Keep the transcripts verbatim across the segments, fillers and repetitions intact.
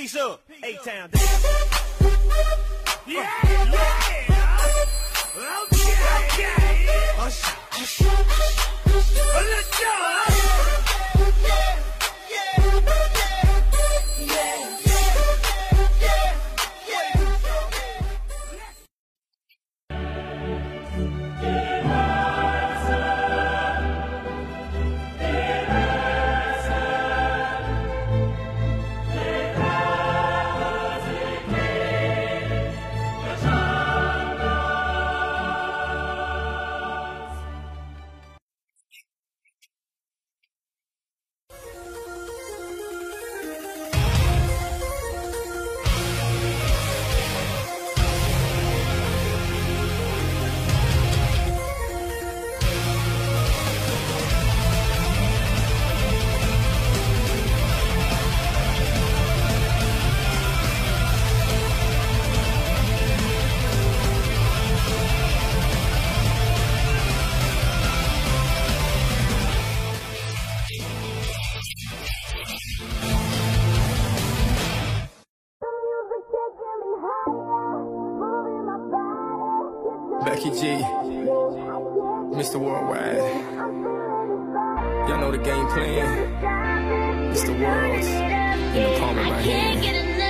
Peace up, A-Town. Yeah, yeah. Okay, okay. Hush, hush, hush. Let's go. Becky G, Mister Worldwide. Y'all know the game plan. It's the world in the palm of my hand.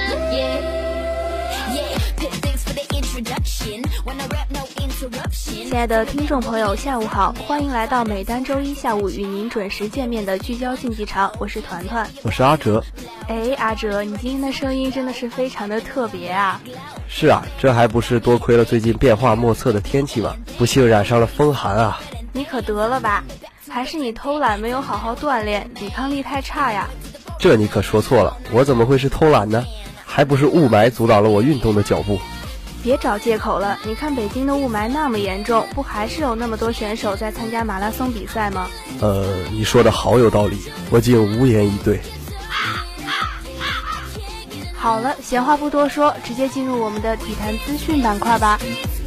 introduction. When I rap, no interruption. 亲爱的听众朋友，下午好，欢迎来到每单周一下午与您准时见面的聚焦竞技场，我是团团， 我是阿哲。 哎，阿哲，你今天的声音真的是非常的特别啊！ 是啊，这还不是多亏了最近变化莫测的天气吗？不幸染上了风寒啊！ 你可得了吧？还是你偷懒没有好好锻炼，抵抗力太差呀？ 这你可说错了，我怎么会是偷懒呢？还不是雾霾阻挡了我运动的脚步。 别找借口了，你看北京的雾霾那么严重，不还是有那么多选手在参加马拉松比赛吗？ 呃，你说的好有道理，我竟无言以对。 好了，闲话不多说，直接进入我们的体坛资讯板块吧。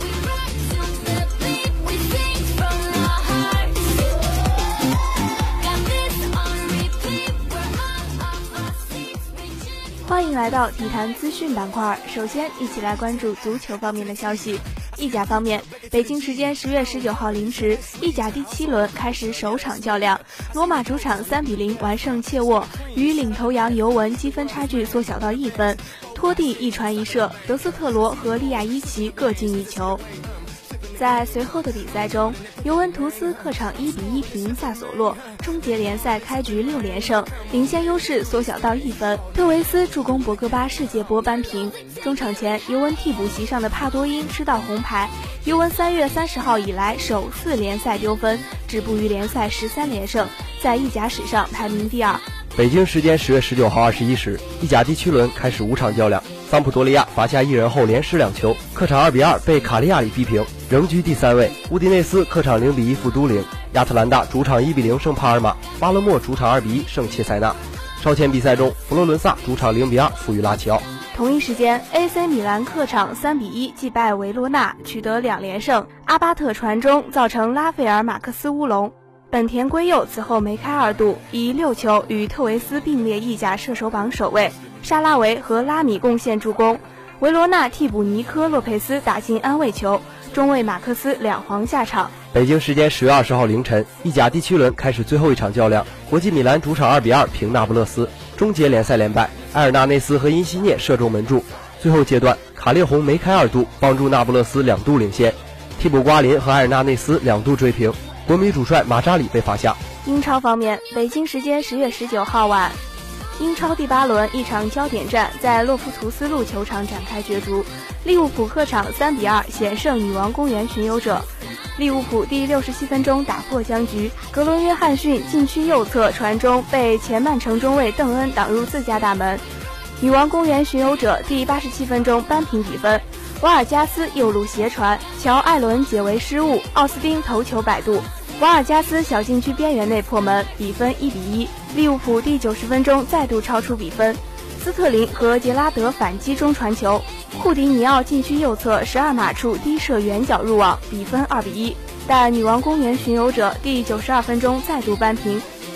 欢迎来到体坛资讯板块，首先一起来关注足球方面的消息。意甲方面，北京时间十月十九号凌迟，意甲第七轮开始首场较量，罗马主场三比零完胜切沃，与领头羊尤文积分差距缩小到一分，托蒂一传一射，德斯特罗和利亚伊奇各进一球。在随后的比赛中，尤文图斯客场一比一平萨索洛，终结联赛开局六连胜，领先优势缩小到一分。特维斯助攻博格巴世界波扳平。中场前，尤文替补席上的帕多因吃到红牌。尤文三月三十号以来首次联赛丢分，止步于联赛十三连胜，在意甲史上排名第二。 北京时间十月十九号二十一时，意甲第七轮开始五场较量。桑普多利亚罚下一人后连失两球，客场二比二被卡利亚里逼平，仍居第三位。乌迪内斯客场零比一负都灵，亚特兰大主场一比零胜帕尔马，巴勒莫主场二比一胜切塞纳。稍前比赛中，佛罗伦萨主场零比二负于拉齐奥。 同一时间 ，A C 米兰客场三比一击败维罗纳，取得两连胜。阿巴特传中造成拉斐尔马克斯乌龙。本田圭佑此后梅开二度，以六球与特维斯并列意甲射手榜首位，沙拉维和拉米贡献助攻。维罗纳替补尼科洛佩斯打进安慰球，中卫马克斯两黄下场。 北京时间十月二十号凌晨，意甲第七轮开始最后一场较量，国际米兰主场二比二平那不勒斯，终结联赛连败。埃尔纳内斯和因西涅射中门柱。最后阶段，卡列洪梅开二度，帮助那不勒斯两度领先。替补瓜林和埃尔纳内斯两度追平。国米主帅马扎里被罚下。 英超方面，北京时间十月十九号晚，英超第八轮一场焦点战在洛夫图斯路球场展开角逐，利物浦客场三比二险胜女王公园巡游者。利物浦第六十七分钟打破僵局，格伦约翰逊禁区右侧传中被前曼城中卫邓恩挡入自家大门。女王公园巡游者第八十七分钟扳平比分。瓦尔加斯右路斜传，乔艾伦解围失误，奥斯汀头球摆渡。瓦尔加斯小禁区边缘内破门，比分一比一。利物浦第九十分钟再度超出比分，斯特林和杰拉德反击中传球，库迪尼奥禁区右侧十二码处低射远角入网，比分二比一。但女王公园巡游者第九十二分钟再度扳平，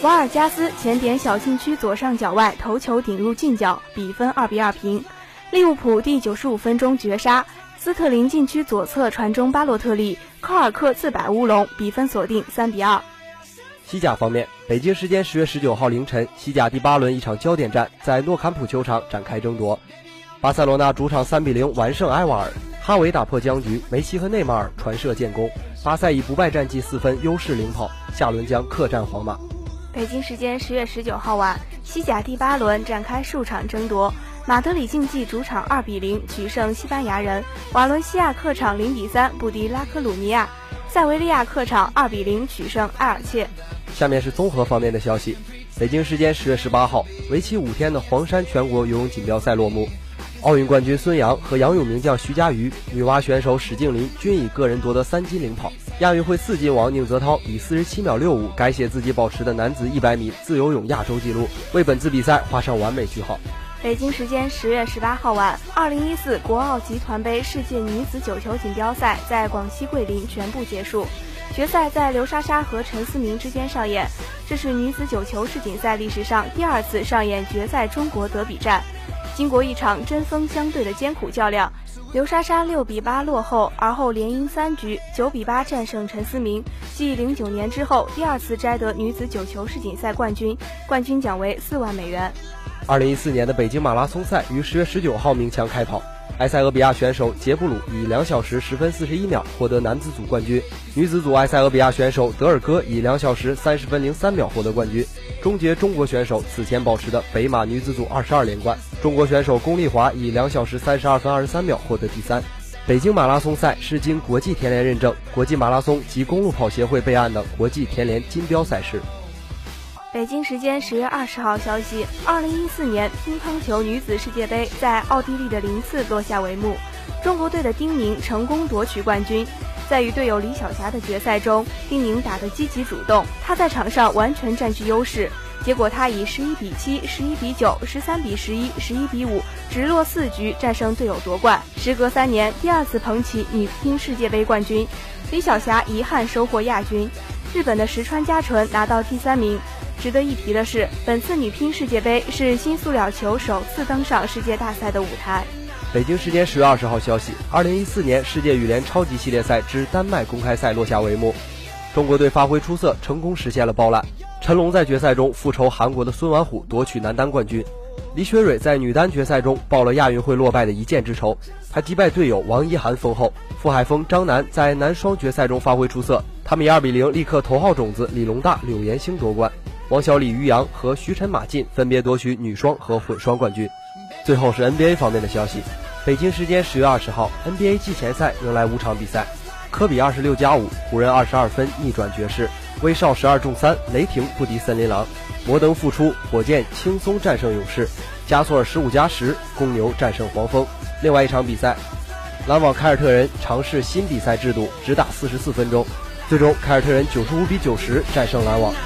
瓦尔加斯前点小禁区左上角外头球顶入近角，比分二比二平。利物浦第九十五分钟绝杀，斯特林禁区左侧传中巴洛特利，科尔克自摆乌龙，比分锁定三比二。 西甲方面，北京时间十月十九号凌晨，西甲第八轮一场焦点战在诺坎普球场展开争夺。巴塞罗那主场三比零完胜埃瓦尔，哈维打破僵局，梅西和内马尔传射建功，巴塞以不败战绩四分优势领跑，下轮将客战皇马。 北京时间十月十九号晚，西甲第八轮展开数场争夺。马德里竞技主场二比零取胜西班牙人，瓦伦西亚客场零比三不敌拉科鲁尼亚，塞维利亚客场二比零取胜埃尔切。 下面是综合方面的消息。北京时间十月十八号，为期五天的黄山全国游泳锦标赛落幕，奥运冠军孙杨和仰泳名将徐嘉余、女蛙选手史静林均以个人夺得三金领跑。亚运会四金王宁泽涛以四十七秒六五改写自己保持的男子一百米自由泳亚洲纪录，为本次比赛画上完美句号。 北京时间十月十八号晚，二零一四国奥集团杯世界女子九球锦标赛在广西桂林全部结束，决赛在刘莎莎和陈思明之间上演，这是女子九球世锦赛历史上第二次上演决赛中国德比战。经过一场针锋相对的艰苦较量，刘莎莎六比八落后，而后连赢三局，九比八战胜陈思明，继零九年之后第二次摘得女子九球世锦赛冠军，冠军奖为四万美元。 二零一四年的北京马拉松赛于十月十九号鸣枪开跑，埃塞俄比亚选手杰布鲁以两小时十分四十一秒获得男子组冠军，女子组埃塞俄比亚选手德尔戈以两小时三十分零三秒获得冠军，终结中国选手此前保持的北马女子组二十二连冠。中国选手龚丽华以两小时三十二分二十三秒获得第三。北京马拉松赛是经国际田联认证、国际马拉松及公路跑协会备案的国际田联金标赛事。 北京时间十月二十号消息，二零一四年乒乓球女子世界杯在奥地利的林茨落下帷幕，中国队的丁宁成功夺取冠军。在与队友李晓霞的决赛中，丁宁打得积极主动，她在场上完全占据优势，结果她以十一比七、十一比九、十三比十一、十一比五直落四局战胜队友夺冠。时隔三年，第二次捧起女乒世界杯冠军，李晓霞遗憾收获亚军，日本的石川佳纯拿到第三名。值得一提的是，本次女乒世界杯是新塑料球首次登上世界大赛的舞台。 北京时间十月二十号消息，二零一四年世界羽联超级系列赛之丹麦公开赛落下帷幕，中国队发挥出色，成功实现了包揽。陈龙在决赛中复仇韩国的孙完虎，夺取男单冠军。李雪芮在女单决赛中报了亚运会落败的一箭之仇，她击败队友王一涵封后。傅海峰、张楠在男双决赛中发挥出色，他们以二比零力克头号种子李龙大、柳岩星夺冠。王小李、于洋和徐晨、马竞分别夺取女双和混双冠军。最后是 N B A 方面的消息，北京时间十月二十号 ，N B A 季前赛迎来五场比赛，科比二十六加五，湖人二十二分逆转爵士；威少十二中三，雷霆不敌森林狼；摩登复出，火箭轻松战胜勇士；加索尔十五加十，公牛战胜黄蜂。另外一场比赛，篮网凯尔特人尝试新比赛制度，只打四十四分钟，最终凯尔特人九十五比九十战胜篮网。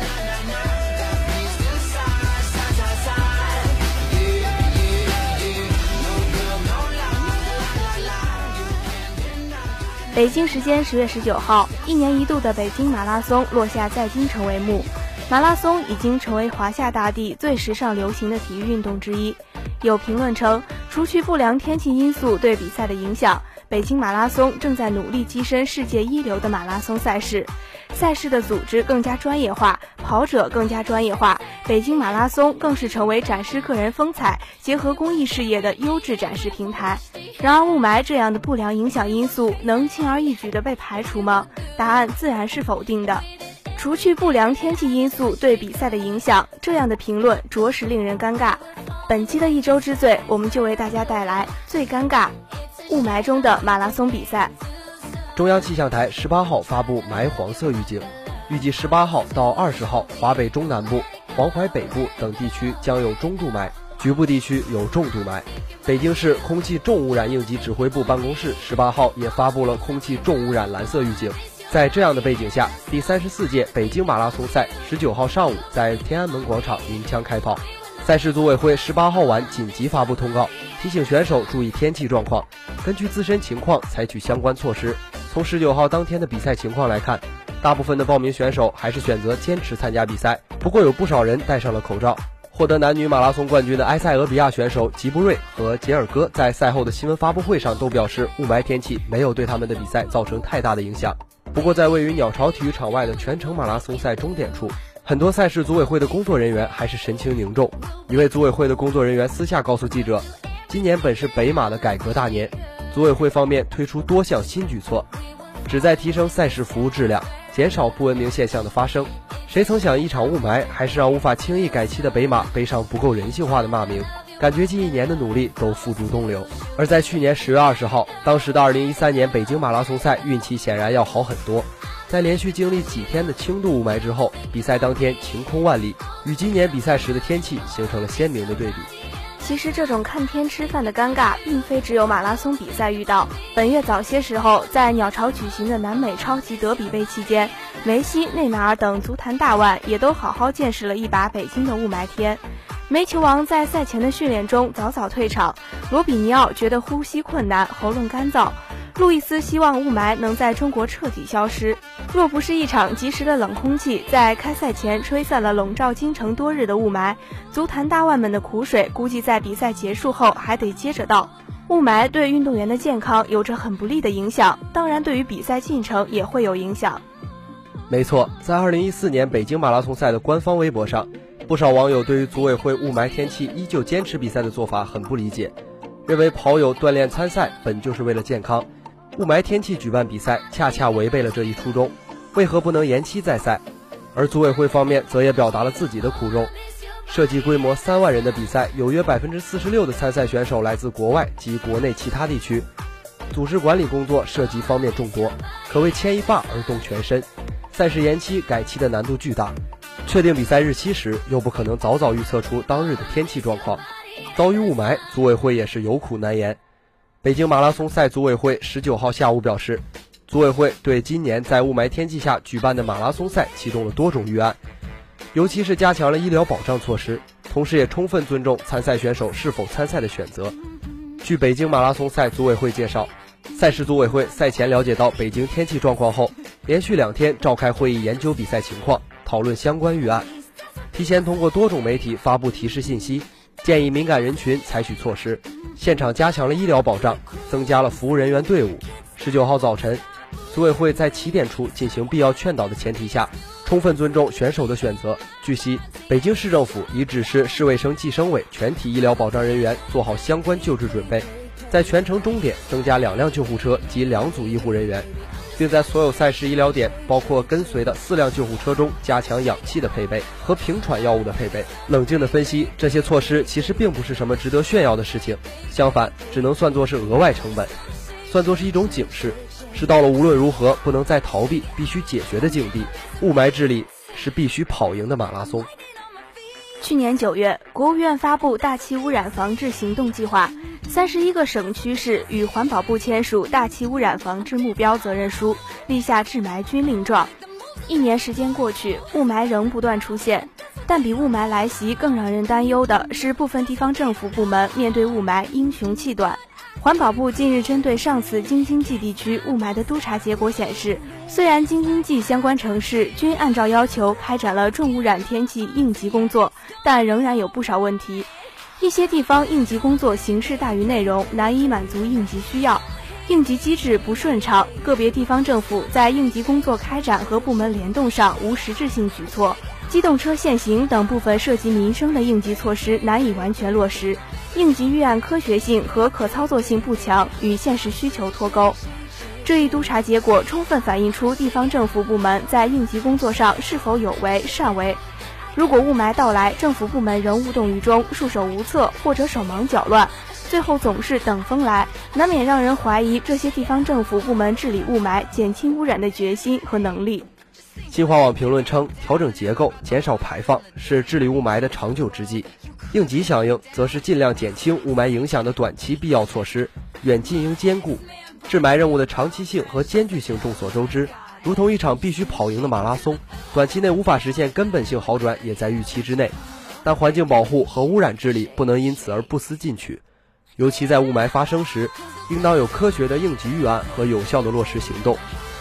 北京时间十月十九号，一年一度的北京马拉松落下在京城帷幕。马拉松已经成为华夏大地最时尚流行的体育运动之一。有评论称，除去不良天气因素对比赛的影响，北京马拉松正在努力跻身世界一流的马拉松赛事。赛事的组织更加专业化，跑者更加专业化，北京马拉松更是成为展示个人风采、结合公益事业的优质展示平台。然而，雾霾这样的不良影响因素能轻而易举地被排除吗？答案自然是否定的。除去不良天气因素对比赛的影响，这样的评论着实令人尴尬。本期的一周之最，我们就为大家带来最尴尬雾霾中的马拉松比赛。 中央气象台十八号发布霾黄色预警，预计十八号到二十号，华北中南部、黄淮北部等地区将有中度霾，局部地区有重度霾。北京市空气重污染应急指挥部办公室十八号也发布了空气重污染蓝色预警。在这样的背景下，第三十四届北京马拉松赛十九号上午在天安门广场鸣枪开跑。赛事组委会十八号晚紧急发布通告，提醒选手注意天气状况，根据自身情况采取相关措施。从十九号当天的比赛情况来看， 大部分的报名选手还是选择坚持参加比赛，不过有不少人戴上了口罩。获得男女马拉松冠军的埃塞俄比亚选手吉布瑞和杰尔戈在赛后的新闻发布会上都表示，雾霾天气没有对他们的比赛造成太大的影响。不过在位于鸟巢体育场外的全程马拉松赛终点处，很多赛事组委会的工作人员还是神情凝重。一位组委会的工作人员私下告诉记者，今年本是北马的改革大年，组委会方面推出多项新举措，旨在提升赛事服务质量，减少不文明现象的发生。谁曾想一场雾霾还是让无法轻易改期的北马背上不够人性化的骂名，感觉近一年的努力都付诸东流。而在去年十月二十号，当时的二零一三年北京马拉松赛运气显然要好很多，在连续经历几天的轻度雾霾之后，比赛当天晴空万里，与今年比赛时的天气形成了鲜明的对比。 其实这种看天吃饭的尴尬并非只有马拉松比赛遇到。本月早些时候，在鸟巢举行的南美超级德比杯期间，梅西、内马尔等足坛大腕也都好好见识了一把北京的雾霾天。煤球王在赛前的训练中早早退场，罗比尼奥觉得呼吸困难，喉咙干燥，路易斯希望雾霾能在中国彻底消失。若不是一场及时的冷空气在开赛前吹散了笼罩京城多日的雾霾，足坛大腕们的苦水估计在比赛结束后还得接着倒。雾霾对运动员的健康有着很不利的影响，当然对于比赛进程也会有影响。 没错，在二零一四年北京马拉松赛的官方微博上，不少网友对于组委会雾霾天气依旧坚持比赛的做法很不理解，认为跑友锻炼参赛本就是为了健康，雾霾天气举办比赛恰恰违背了这一初衷，为何不能延期再赛？而组委会方面则也表达了自己的苦衷，设计规模三万人的比赛，有约百分之四十六的参赛选手来自国外及国内其他地区，组织管理工作涉及方面众多，可谓牵一发而动全身。赛事延期改期的难度巨大，确定比赛日期时又不可能早早预测出当日的天气状况，遭遇雾霾，组委会也是有苦难言。北京马拉松赛组委会十九号下午表示，组委会对今年在雾霾天气下举办的马拉松赛启动了多种预案，尤其是加强了医疗保障措施，同时也充分尊重参赛选手是否参赛的选择。据北京马拉松赛组委会介绍，赛事组委会赛前了解到北京天气状况后，连续两天召开会议研究比赛情况，讨论相关预案，提前通过多种媒体发布提示信息，建议敏感人群采取措施，现场加强了医疗保障，增加了服务人员队伍。十九号早晨，组委会在起点处进行必要劝导的前提下，充分尊重选手的选择。据悉，北京市政府已指示市卫生计生委全体医疗保障人员做好相关救治准备，在全程终点增加两辆救护车及两组医护人员，并在所有赛事医疗点，包括跟随的四辆救护车中加强氧气的配备和平喘药物的配备。冷静地分析，这些措施其实并不是什么值得炫耀的事情，相反，只能算作是额外成本，算作是一种警示，是到了无论如何不能再逃避，必须解决的境地。雾霾治理是必须跑赢的马拉松。 去年九月，国务院发布大气污染防治行动计划，三十一个省区市与环保部签署大气污染防治目标责任书，立下治霾军令状。一年时间过去，雾霾仍不断出现，但比雾霾来袭更让人担忧的是，部分地方政府部门面对雾霾英雄气短。环保部近日针对上次京津冀地区雾霾的督查结果显示，虽然京津冀相关城市均按照要求开展了重污染天气应急工作，但仍然有不少问题。一些地方应急工作形式大于内容，难以满足应急需要，应急机制不顺畅，个别地方政府在应急工作开展和部门联动上无实质性举措，机动车限行等部分涉及民生的应急措施难以完全落实，应急预案科学性和可操作性不强，与现实需求脱钩。这一督查结果充分反映出地方政府部门在应急工作上是否有为善为。如果雾霾到来，政府部门仍无动于衷，束手无策，或者手忙脚乱，最后总是等风来，难免让人怀疑这些地方政府部门治理雾霾、减轻污染的决心和能力。 新华网评论称，调整结构、减少排放是治理雾霾的长久之计，应急响应则是尽量减轻雾霾影响的短期必要措施，远近应兼顾。治霾任务的长期性和艰巨性众所周知，如同一场必须跑赢的马拉松，短期内无法实现根本性好转也在预期之内。但环境保护和污染治理不能因此而不思进取，尤其在雾霾发生时，应当有科学的应急预案和有效的落实行动，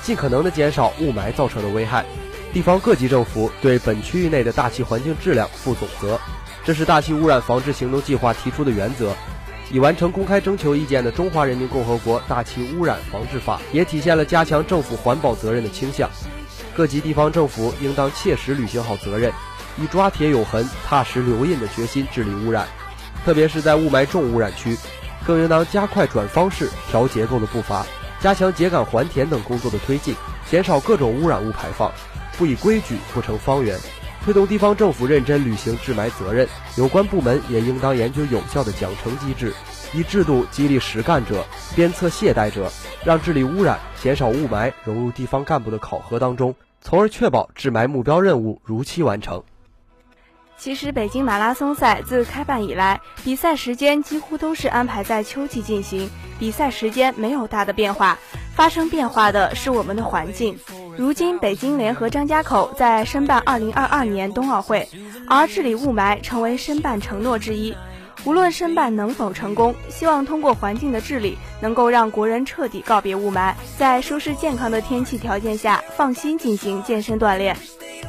尽可能的减少雾霾造成的危害。地方各级政府对本区域内的大气环境质量负总责，这是大气污染防治行动计划提出的原则。已完成公开征求意见的《中华人民共和国大气污染防治法》也体现了加强政府环保责任的倾向。各级地方政府应当切实履行好责任，以抓铁有痕、踏实留印的决心治理污染，特别是在雾霾重污染区，更应当加快转方式、调结构的步伐，加强秸秆还田等工作的推进，减少各种污染物排放，不以规矩不成方圆，推动地方政府认真履行治霾责任。有关部门也应当研究有效的奖惩机制，以制度激励实干者，鞭策懈怠者，让治理污染、减少雾霾融入地方干部的考核当中，从而确保治霾目标任务如期完成。 其实北京马拉松赛自开办以来，比赛时间几乎都是安排在秋季进行，比赛时间没有大的变化，发生变化的是我们的环境。如今北京联合张家口在申办二零二二年冬奥会，而治理雾霾成为申办承诺之一。无论申办能否成功，希望通过环境的治理，能够让国人彻底告别雾霾，在舒适健康的天气条件下，放心进行健身锻炼。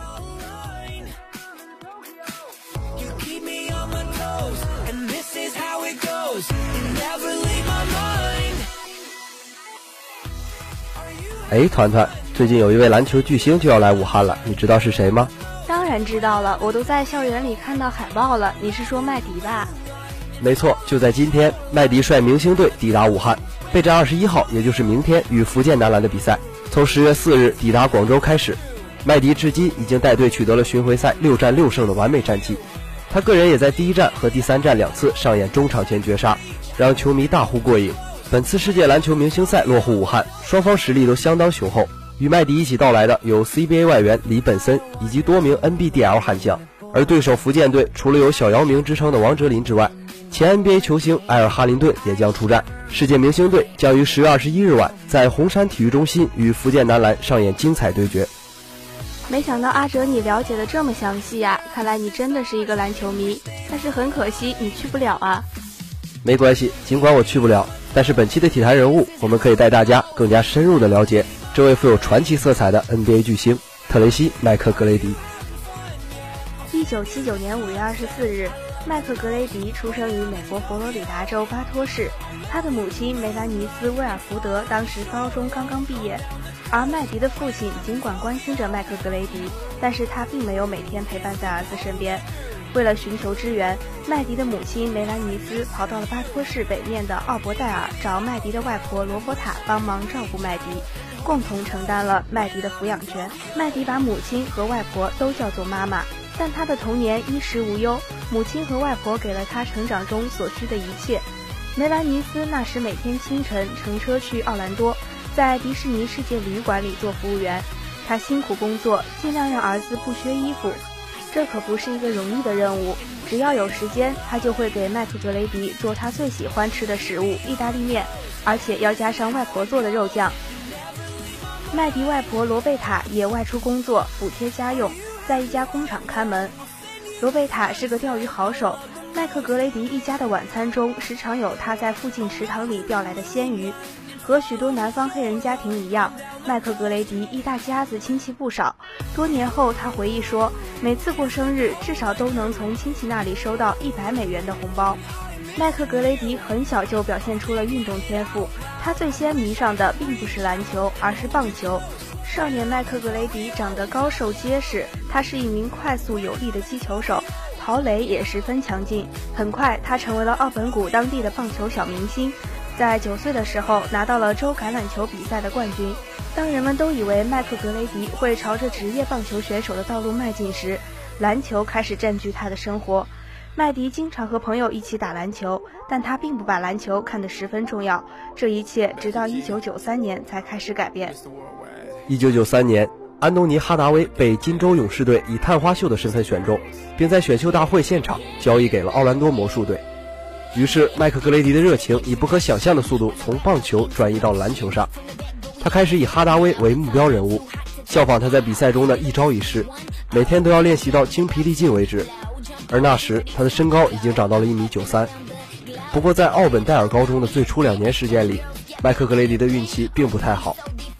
哎，团团，最近有一位篮球巨星就要来武汉了，你知道是谁吗？ 当然知道了，我都在校园里看到海报了。你是说麦迪吧？ 没错，就在今天，麦迪率明星队抵达武汉，备战二十一号，也就是明天与福建男篮的比赛。从十月四日抵达广州开始，麦迪至今已经带队取得了巡回赛六战六胜的完美战绩。他个人也在第一战和第三战两次上演中场前绝杀，让球迷大呼过瘾。本次世界篮球明星赛落户武汉，双方实力都相当雄厚。与麦迪一起到来的有 C B A 外援李本森以及多名 N B D L 悍将，而对手福建队除了有小姚明之称的王哲林之外，前 N B A 球星埃尔哈林顿也将出战。世界明星队将于十月二十一日晚在红山体育中心与福建男篮上演精彩对决。 没想到阿哲你了解的这么详细呀、啊，看来你真的是一个篮球迷，但是很可惜你去不了啊。 没关系，尽管我去不了，但是本期的体坛人物，我们可以带大家更加深入的了解这位富有传奇色彩的 N B A 巨星特雷西·麦克格雷迪。 一九七九年五月二十四日，麦克格雷迪出生于美国佛罗里达州巴托市，他的母亲梅兰妮斯·威尔福德当时高中刚刚毕业，而麦迪的父亲尽管关心着麦克格雷迪，但是他并没有每天陪伴在儿子身边。为了寻求支援，麦迪的母亲梅兰妮斯跑到了巴托市北面的奥伯代尔，找麦迪的外婆罗伯塔帮忙照顾麦迪，共同承担了麦迪的抚养权。麦迪把母亲和外婆都叫做妈妈，但他的童年衣食无忧，母亲和外婆给了他成长中所需的一切。梅兰妮斯那时每天清晨乘车去奥兰多，在迪士尼世界旅馆里做服务员，他辛苦工作，尽量让儿子不缺衣服。这可不是一个容易的任务，只要有时间，他就会给麦克格雷迪做他最喜欢吃的食物——意大利面，而且要加上外婆做的肉酱。麦迪外婆罗贝塔也外出工作，补贴家用，在一家工厂看门。罗贝塔是个钓鱼好手，麦克格雷迪一家的晚餐中时常有他在附近池塘里钓来的鲜鱼。和许多南方黑人家庭一样，麦克格雷迪一大家子亲戚不少。多年后他回忆说，每次过生日至少都能从亲戚那里收到一百美元的红包。麦克格雷迪很小就表现出了运动天赋，他最先迷上的并不是篮球，而是棒球。少年麦克格雷迪长得高瘦结实，他是一名快速有力的击球手，跑垒也十分强劲。很快他成为了奥本谷当地的棒球小明星，在九岁的时候拿到了州橄榄球比赛的冠军。当人们都以为麦克格雷迪会朝着职业棒球选手的道路迈进时，篮球开始占据他的生活。麦迪经常和朋友一起打篮球，但他并不把篮球看得十分重要。这一切直到一九九三年才开始改变。 一九九三年，安东尼·哈达威被金州勇士队以探花秀的身份选中，并在选秀大会现场交易给了奥兰多魔术队。于是麦克格雷迪的热情以不可想象的速度从棒球转移到篮球上，他开始以哈达威为目标人物，效仿他在比赛中的一招一式，每天都要练习到精疲力尽为止。而那时他的身高已经长到了一米九三。不过在奥本戴尔高中的最初两年时间里，麦克格雷迪的运气并不太好。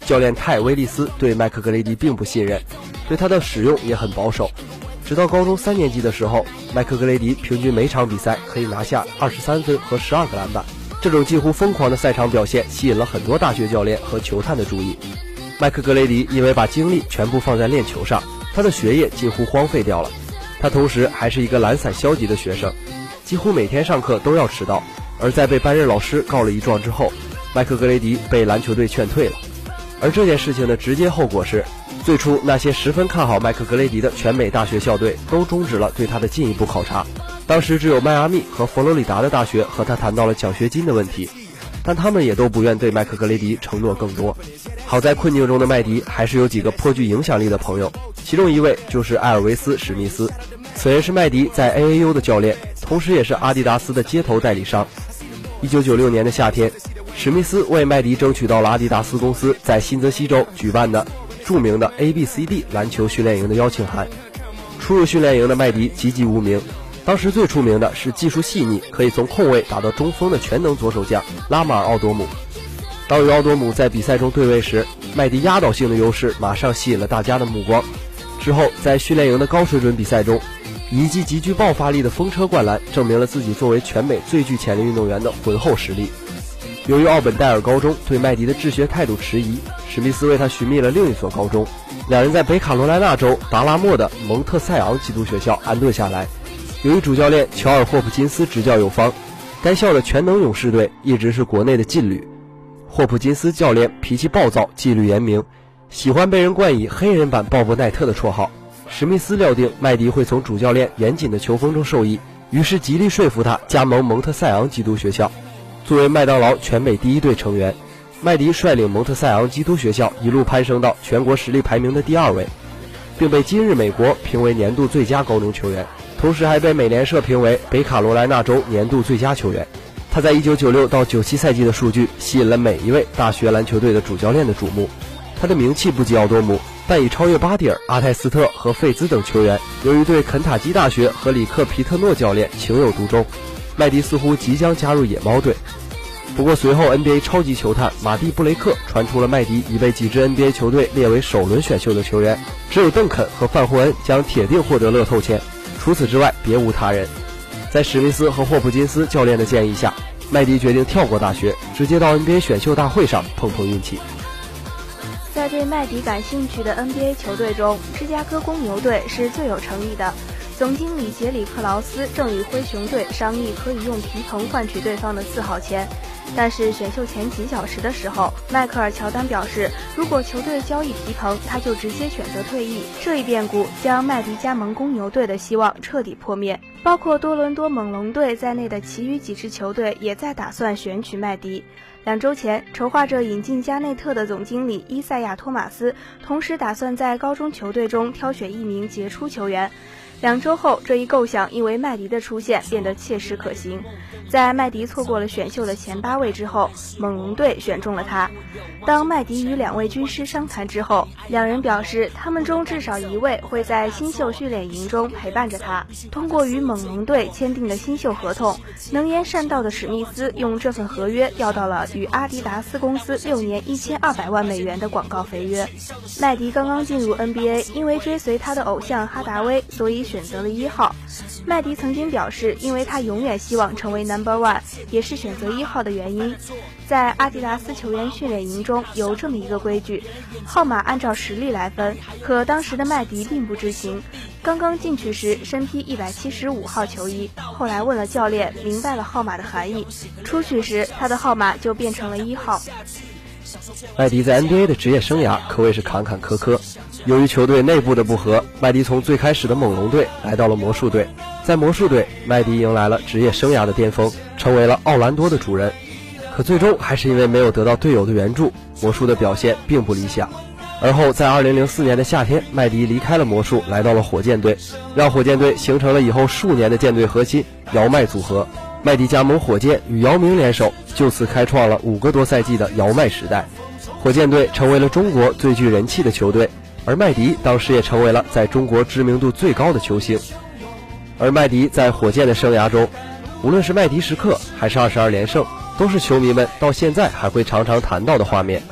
教练泰·威利斯对麦克格雷迪并不信任，对他的使用也很保守。直到高中三年级的时候，麦克格雷迪平均每场比赛可以拿下二十三分和十二个篮板。这种几乎疯狂的赛场表现吸引了很多大学教练和球探的注意。麦克格雷迪因为把精力全部放在练球上，他的学业几乎荒废掉了。他同时还是一个懒散消极的学生，几乎每天上课都要迟到。而在被班任老师告了一状之后，麦克格雷迪被篮球队劝退了。而这件事情的直接后果是，最初那些十分看好麦克格雷迪的全美大学校队都终止了对他的进一步考察。当时只有迈阿密和佛罗里达的大学和他谈到了奖学金的问题，但他们也都不愿对麦克格雷迪承诺更多。好在困境中的麦迪还是有几个颇具影响力的朋友，其中一位就是艾尔维斯·史密斯。此人是麦迪在 A A U 的教练，同时也是阿迪达斯的街头代理商。一九九六年的夏天，史密斯为麦迪争取到了阿迪达斯公司在新泽西州举办的著名的 A B C D 篮球训练营的邀请函。初入训练营的麦迪籍籍无名，当时最出名的是技术细腻，可以从控卫打到中锋的全能左手将拉马尔·奥多姆。当与奥多姆在比赛中对位时，麦迪压倒性的优势马上吸引了大家的目光。之后在训练营的高水准比赛中，以一记极具爆发力的风车灌篮，证明了自己作为全美最具潜力运动员的浑厚实力。由于奥本戴尔高中对麦迪的治学态度迟疑，史密斯为他寻觅了另一所高中，两人在北卡罗来纳州达拉莫的蒙特塞昂基督学校安顿下来。由于主教练乔尔·霍普金斯执教有方，该校的全能勇士队一直是国内的劲旅。霍普金斯教练脾气暴躁，纪律严明，喜欢被人冠以黑人版鲍勃奈特的绰号。史密斯料定麦迪会从主教练严谨的球风中受益，于是极力说服他加盟蒙特塞昂基督学校。作为麦当劳全美第一队成员，麦迪率领蒙特塞昂基督学校一路攀升到全国实力排名的第二位，并被今日美国评为年度最佳高中球员，同时还被美联社评为北卡罗来纳州年度最佳球员。他在一九九六到九七赛季的数据吸引了每一位大学篮球队的主教练的瞩目。他的名气不及奥多姆，但已超越巴蒂尔、阿泰斯特和费兹等球员。由于对肯塔基大学和里克皮特诺教练情有独钟，麦迪似乎即将加入野猫队。不过随后 N B A 超级球探马蒂布雷克传出了麦迪已被几支 N B A 球队列为首轮选秀的球员，只有邓肯和范霍恩将铁定获得乐透签，除此之外别无他人。在史密斯和霍普金斯教练的建议下，麦迪决定跳过大学，直接到 N B A 选秀大会上碰碰运气。 在对麦迪感兴趣的 N B A 球队中，芝加哥公牛队是最有诚意的。总经理杰里克劳斯正与灰熊队商议可以用皮蓬换取对方的四号签，但是选秀前几小时的时候，迈克尔乔丹表示，如果球队交易皮蓬，他就直接选择退役。这一变故将麦迪加盟公牛队的希望彻底破灭。包括多伦多猛龙队在内的其余几支球队也在打算选取麦迪。两周前，筹划着引进加内特的总经理伊赛亚·托马斯，同时打算在高中球队中挑选一名杰出球员。两周后，这一构想因为麦迪的出现变得切实可行。在麦迪错过了选秀的前八位之后，猛龙队选中了他。当麦迪与两位军师商谈之后，两人表示他们中至少一位会在新秀训练营中陪伴着他。通过与猛龙队签订的新秀合同，能言善道的史密斯用这份合约要到了与阿迪达斯公司六年一千二百万美元的广告肥约。麦迪刚刚进入 N B A， 因为追随他的偶像哈达威，所以选择了一号。麦迪曾经表示，因为他永远希望成为 number one， 也是选择一号的原因。在阿迪达斯球员训练营中有这么一个规矩，号码按照实力来分，可当时的麦迪并不知情。刚刚进去时身披一百七十五号球衣，后来问了教练，明白了号码的含义。出去时他的号码就变成了一号。 麦迪在 N B A 的职业生涯可谓是坎坎坷坷。由于球队内部的不和，麦迪从最开始的猛龙队来到了魔术队。在魔术队，麦迪迎来了职业生涯的巅峰，成为了奥兰多的主人。可最终还是因为没有得到队友的援助，魔术的表现并不理想。而后在二零零四年的夏天，麦迪离开了魔术，来到了火箭队，让火箭队形成了以后数年的舰队核心姚麦组合。麦迪加盟火箭，与姚明联手，就此开创了五个多赛季的姚麦时代。火箭队成为了中国最具人气的球队，而麦迪当时也成为了在中国知名度最高的球星。而麦迪在火箭的生涯中，无论是麦迪时刻还是二十二连胜，都是球迷们到现在还会常常谈到的画面。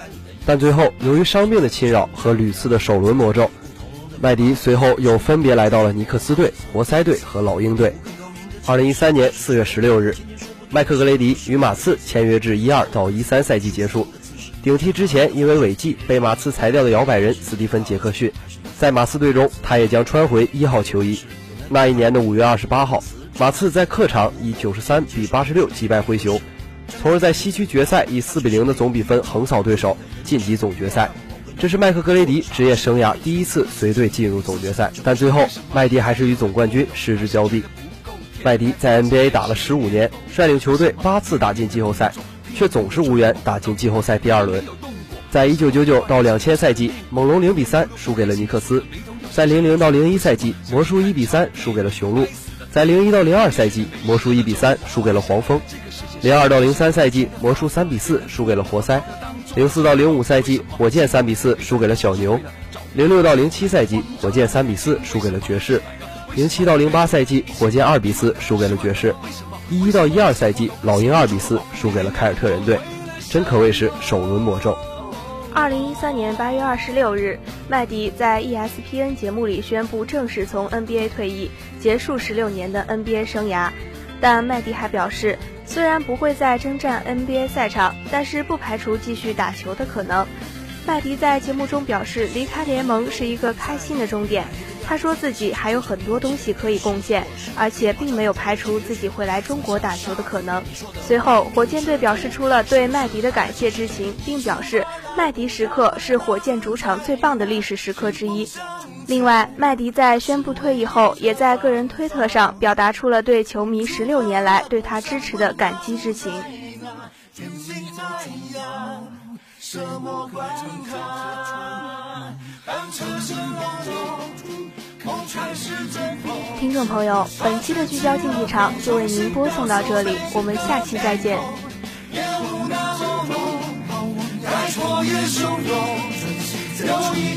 但最后由于伤病的侵扰和屡次的首轮魔咒，麦迪随后又分别来到了尼克斯队、活塞队和老鹰队。二零一三年四月十六日，麦克格雷迪与马刺签约至一二到一三赛季结束。顶替之前因为违纪被马刺裁掉的摇摆人斯蒂芬·杰克逊，在马刺队中他也将穿回一号球衣。那一年的五月二十八号，马刺在客场以九十三比八十六击败灰熊，从而在西区决赛以四比零的总比分横扫对手，晋级总决赛。这是麦克格雷迪职业生涯第一次随队进入总决赛，但最后麦迪还是与总冠军失之交臂。麦迪在 N B A 打了十五年，率领球队八次打进季后赛，却总是无缘打进季后赛第二轮。在一九九九到两千赛季，猛龙零比三输给了尼克斯；在零零到零一赛季，魔术一比三输给了雄鹿；在零一到零二赛季，魔术一比三输给了黄蜂；零二到零三赛季，魔术三比四输给了活塞；零四到零五赛季，火箭三比四输给了小牛；零六到零七赛季，火箭三比四输给了爵士；零七到零八赛季，火箭二比四输给了爵士；一一到一二赛季，老鹰二比四输给了凯尔特人队，真可谓是首轮魔咒。 二零一三年八月二十六日，麦迪在 E S P N 节目里宣布正式从 N B A 退役，结束十六年的 N B A 生涯。但麦迪还表示，虽然不会再征战 N B A 赛场，但是不排除继续打球的可能。麦迪在节目中表示，离开联盟是一个开心的终点。他说自己还有很多东西可以贡献，而且并没有排除自己会来中国打球的可能。随后，火箭队表示出了对麦迪的感谢之情，并表示麦迪时刻是火箭主场最棒的历史时刻之一。另外，麦迪在宣布退役后，也在个人推特上表达出了对球迷十六年来对他支持的感激之情。什么观看听众朋友，本期的聚焦竞技场就为您播送到这里，我们下期再见。也